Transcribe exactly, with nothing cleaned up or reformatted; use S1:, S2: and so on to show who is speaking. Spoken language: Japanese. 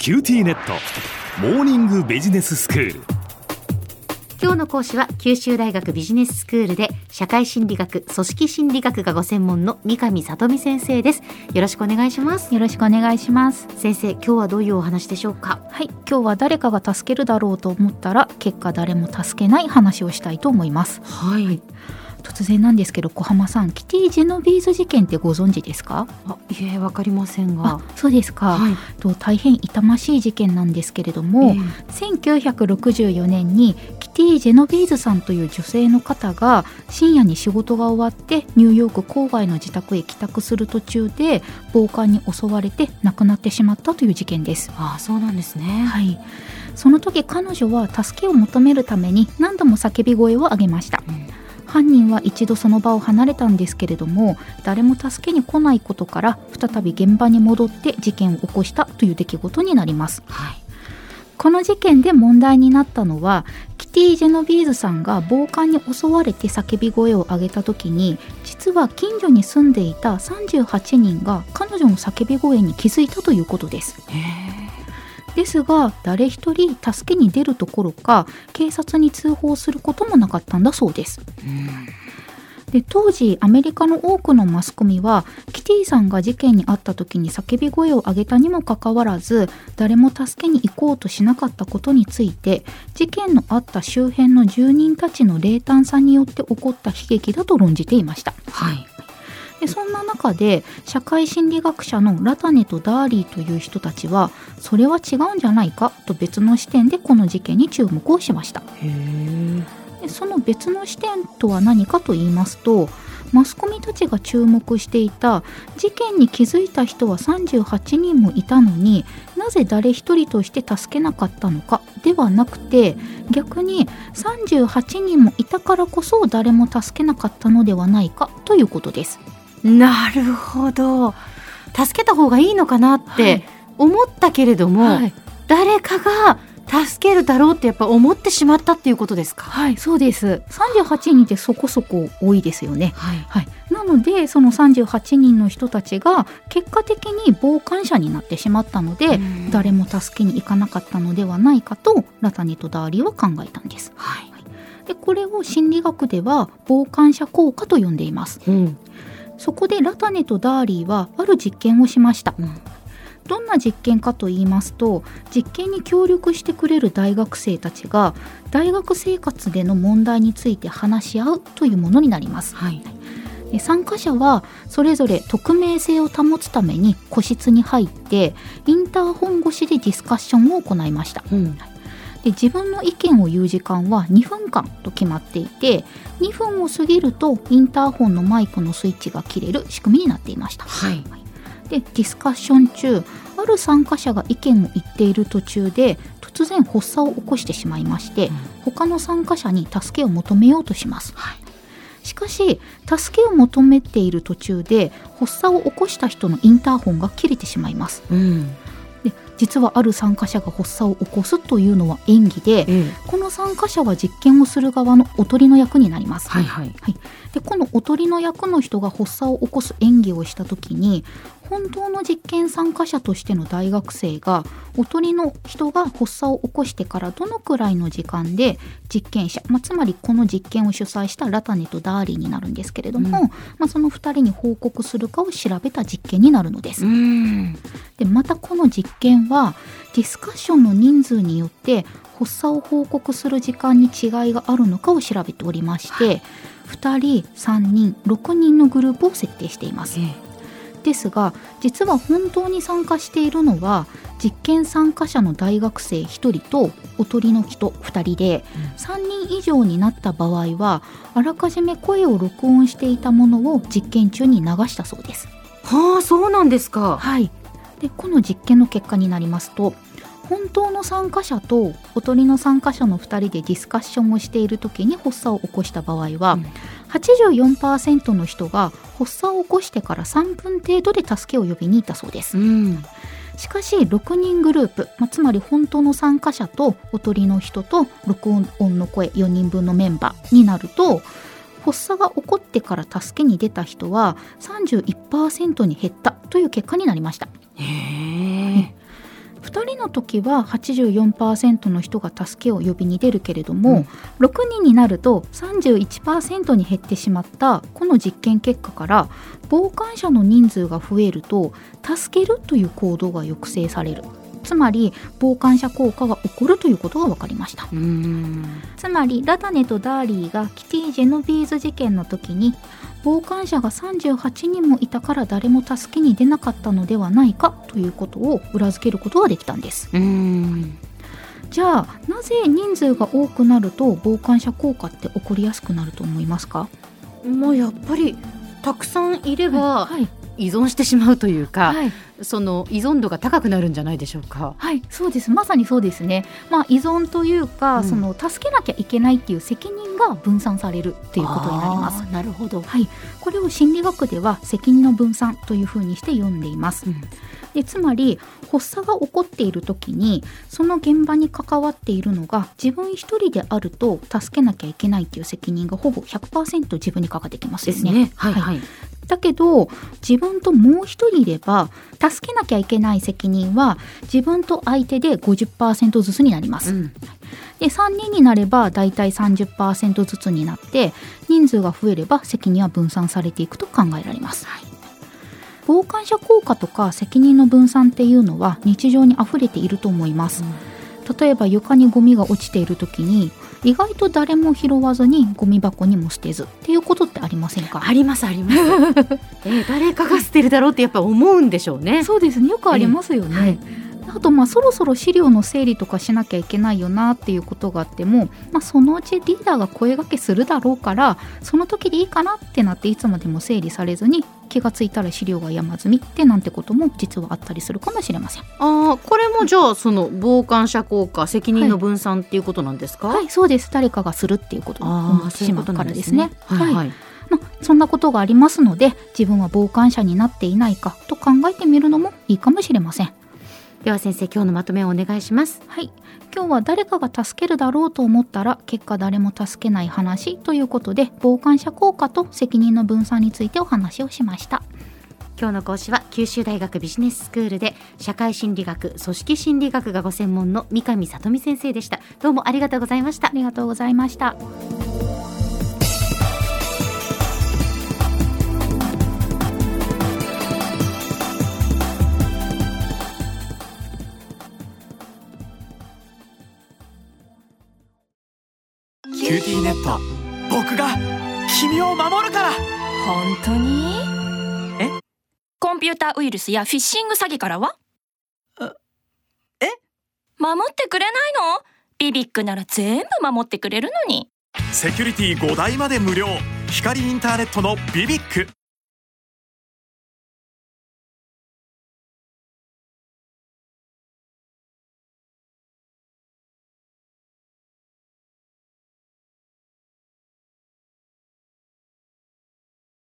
S1: キューティーネットモーニングビジネススクール。
S2: 今日の講師は九州大学ビジネススクールで社会心理学、組織心理学がご専門の三上里美先生です。よろしくお願いします。
S3: よろしくお願いします。
S2: 先生、今日はどういうお話でしょうか？
S3: はい、今日は誰かが助けるだろうと思ったら結果誰も助けない話をしたいと思います。
S2: はい、
S3: 突然なんですけど、小浜さん、キティ・ジェノビーズ事件ってご存知ですか？
S2: あ、いえ、わかりませんが。
S3: あ、そうですか、はい、と大変痛ましい事件なんですけれども、えー、せんきゅうひゃくろくじゅうよねんにキティ・ジェノビーズさんという女性の方が深夜に仕事が終わってニューヨーク郊外の自宅へ帰宅する途中で暴漢に襲われて亡くなってしまったという事件です。
S2: あ、そうなんですね。
S3: はい、その時彼女は助けを求めるために何度も叫び声を上げました。うん、犯人は一度その場を離れたんですけれども、誰も助けに来ないことから再び現場に戻って事件を起こしたという出来事になります。はい、この事件で問題になったのは、キティ・ジェノビーズさんが暴漢に襲われて叫び声を上げた時に、実は近所に住んでいたさんじゅうはちにんが彼女の叫び声に気づいたということです。へー。ですが誰一人助けに出るどころか警察に通報することもなかったんだそうです。うん、で当時アメリカの多くのマスコミはキティさんが事件に遭った時に叫び声を上げたにもかかわらず誰も助けに行こうとしなかったことについて、事件のあった周辺の住人たちの冷淡さによって起こった悲劇だと論じていました。はい、でそんな中で社会心理学者のラタネとダーリーという人たちは、それは違うんじゃないかと別の視点でこの事件に注目をしました。へー。でその別の視点とは何かと言いますと、マスコミたちが注目していた事件に気づいた人はさんじゅうはちにんもいたのになぜ誰一人として助けなかったのかではなくて、逆にさんじゅうはちにんもいたからこそ誰も助けなかったのではないかということです。
S2: なるほど。助けた方がいいのかなって思ったけれども、はい、誰かが助けるだろうってやっぱ思ってしまったっていうことですか？
S3: はい、そうです。さんじゅうはちにんってそこそこ多いですよね。はいはい、なのでそのさんじゅうはちにんの人たちが結果的に傍観者になってしまったので、誰も助けに行かなかったのではないかとラタネとダーリーは考えたんです。はい、でこれを心理学では傍観者効果と呼んでいます。うん、そこでラタネとダーリーはある実験をしました。うん、どんな実験かと言いますと、実験に協力してくれる大学生たちが大学生活での問題について話し合うというものになります。はい、で参加者はそれぞれ匿名性を保つために個室に入ってインターホン越しでディスカッションを行いました。うん、で自分の意見を言う時間はにふんかんと決まっていて、にふんを過ぎるとインターホンのマイクのスイッチが切れる仕組みになっていました。はい、でディスカッション中、ある参加者が意見を言っている途中で突然発作を起こしてしまいまして、うん、他の参加者に助けを求めようとします。はい、しかし助けを求めている途中で発作を起こした人のインターホンが切れてしまいます。うん、で実はある参加者が発作を起こすというのは演技で、うん、この参加者は実験をする側のおとりの役になります。はいはいはい、でこのおとりの役の人が発作を起こす演技をしたときに、本当の実験参加者としての大学生がおとりの人が発作を起こしてからどのくらいの時間で実験者、まあ、つまりこの実験を主催したラタネとダーリーになるんですけれども、うん、まあ、そのふたりに報告するかを調べた実験になるのです。うん、でまたこの実験はディスカッションの人数によって発作を報告する時間に違いがあるのかを調べておりまして、ふたり、さんにん、ろくにんのグループを設定しています。ええですが実は本当に参加しているのは実験参加者の大学生ひとりとおとりの人ふたりで、うん、さんにん以上になった場合はあらかじめ声を録音していたものを実験中に流したそうです。
S2: はあ、そうなんですか。
S3: はい。でこの実験の結果になりますと、本当の参加者とおとりの参加者のふたりでディスカッションをしている時に発作を起こした場合は、うん、はちじゅうよんパーセント の人が発作を起こしてからさんぷん程度で助けを呼びに行ったそうです。うん、しかしろくにんグループ、まあ、つまり本当の参加者とおとりの人と録音の声よにんぶんのメンバーになると、発作が起こってから助けに出た人は さんじゅういちパーセント に減ったという結果になりました。へー。 ふたりの時は はちじゅうよんパーセント の人が助けを呼びに出るけれども、うん、ろくにんになると さんじゅういちパーセント に減ってしまったこの実験結果から、傍観者の人数が増えると助けるという行動が抑制される、つまり傍観者効果が起こるということが分かりました。うーん、つまりラダネとダーリーがキティ・ジェノビーズ事件の時に傍観者がさんじゅうはちにんもいたから誰も助けに出なかったのではないかということを裏付けることができたんです。うーん、じゃあなぜ人数が多くなると傍観者効果って起こりやすくなると思いますか？
S2: まあ、やっぱりたくさんいれば、はいはい、依存してしまうというか、はい、その依存度が高くなるんじゃないでしょうか。
S3: はい、そうです、まさにそうですね。まあ、依存というか、うん、その助けなきゃいけないっていう責任が分散されるっていうことになります。
S2: なるほど、
S3: はい、これを心理学では責任の分散というふうにして読んでいます、うん、でつまり発作が起こっている時にその現場に関わっているのが自分一人であると助けなきゃいけないっていう責任がほぼ ひゃくパーセント 自分にかかってきますよね。ですね。はいはい。だけど自分ともう一人いれば助けなきゃいけない責任は自分と相手で ごじゅっパーセント ずつになります、うん、でさんにんになればだいたい さんじゅっパーセント ずつになって人数が増えれば責任は分散されていくと考えられます、はい、傍観者効果とか責任の分散っていうのは日常にあふれていると思います、うん、例えば床にゴミが落ちている時に意外と誰も拾わずにゴミ箱にも捨てずっていうことってありませんか？
S2: ありますあります、えー、誰かが捨てるだろうってやっぱ思うんでしょうね。
S3: そうですね、よくありますよね、はい。あとまあそろそろ資料の整理とかしなきゃいけないよなっていうことがあっても、まあ、そのうちリーダーが声掛けするだろうからその時でいいかなってなっていつまでも整理されずに気がついたら資料が山積みってなんてことも実はあったりするかもしれません。
S2: あ、これもじゃあその傍観者効果責任の分散っていうことなんですか？
S3: はい、はい、そうです。誰かがするっていうことに思ってしまうからですね。
S2: はい、はい、
S3: まあ、そんなことがありますので自分は傍観者になっていないかと考えてみるのもいいかもしれません。
S2: では先生、今日のまとめをお願いします。
S3: はい、今日は誰かが助けるだろうと思ったら結果誰も助けない話ということで傍観者効果と責任の分散についてお話をしました。
S2: 今日の講師は九州大学ビジネススクールで社会心理学組織心理学がご専門の三上里美先生でした。どうもありがとうございました。
S3: ありがとうございました。
S1: キューティーネット、僕が君を守るから。
S4: 本当に？え？コンピューターウイルスやフィッシング詐欺からは？
S1: え？
S4: 守ってくれないの？ビビックなら全部守ってくれるのに。
S1: セキュリティごだいまで無料。光インターネットのビビック。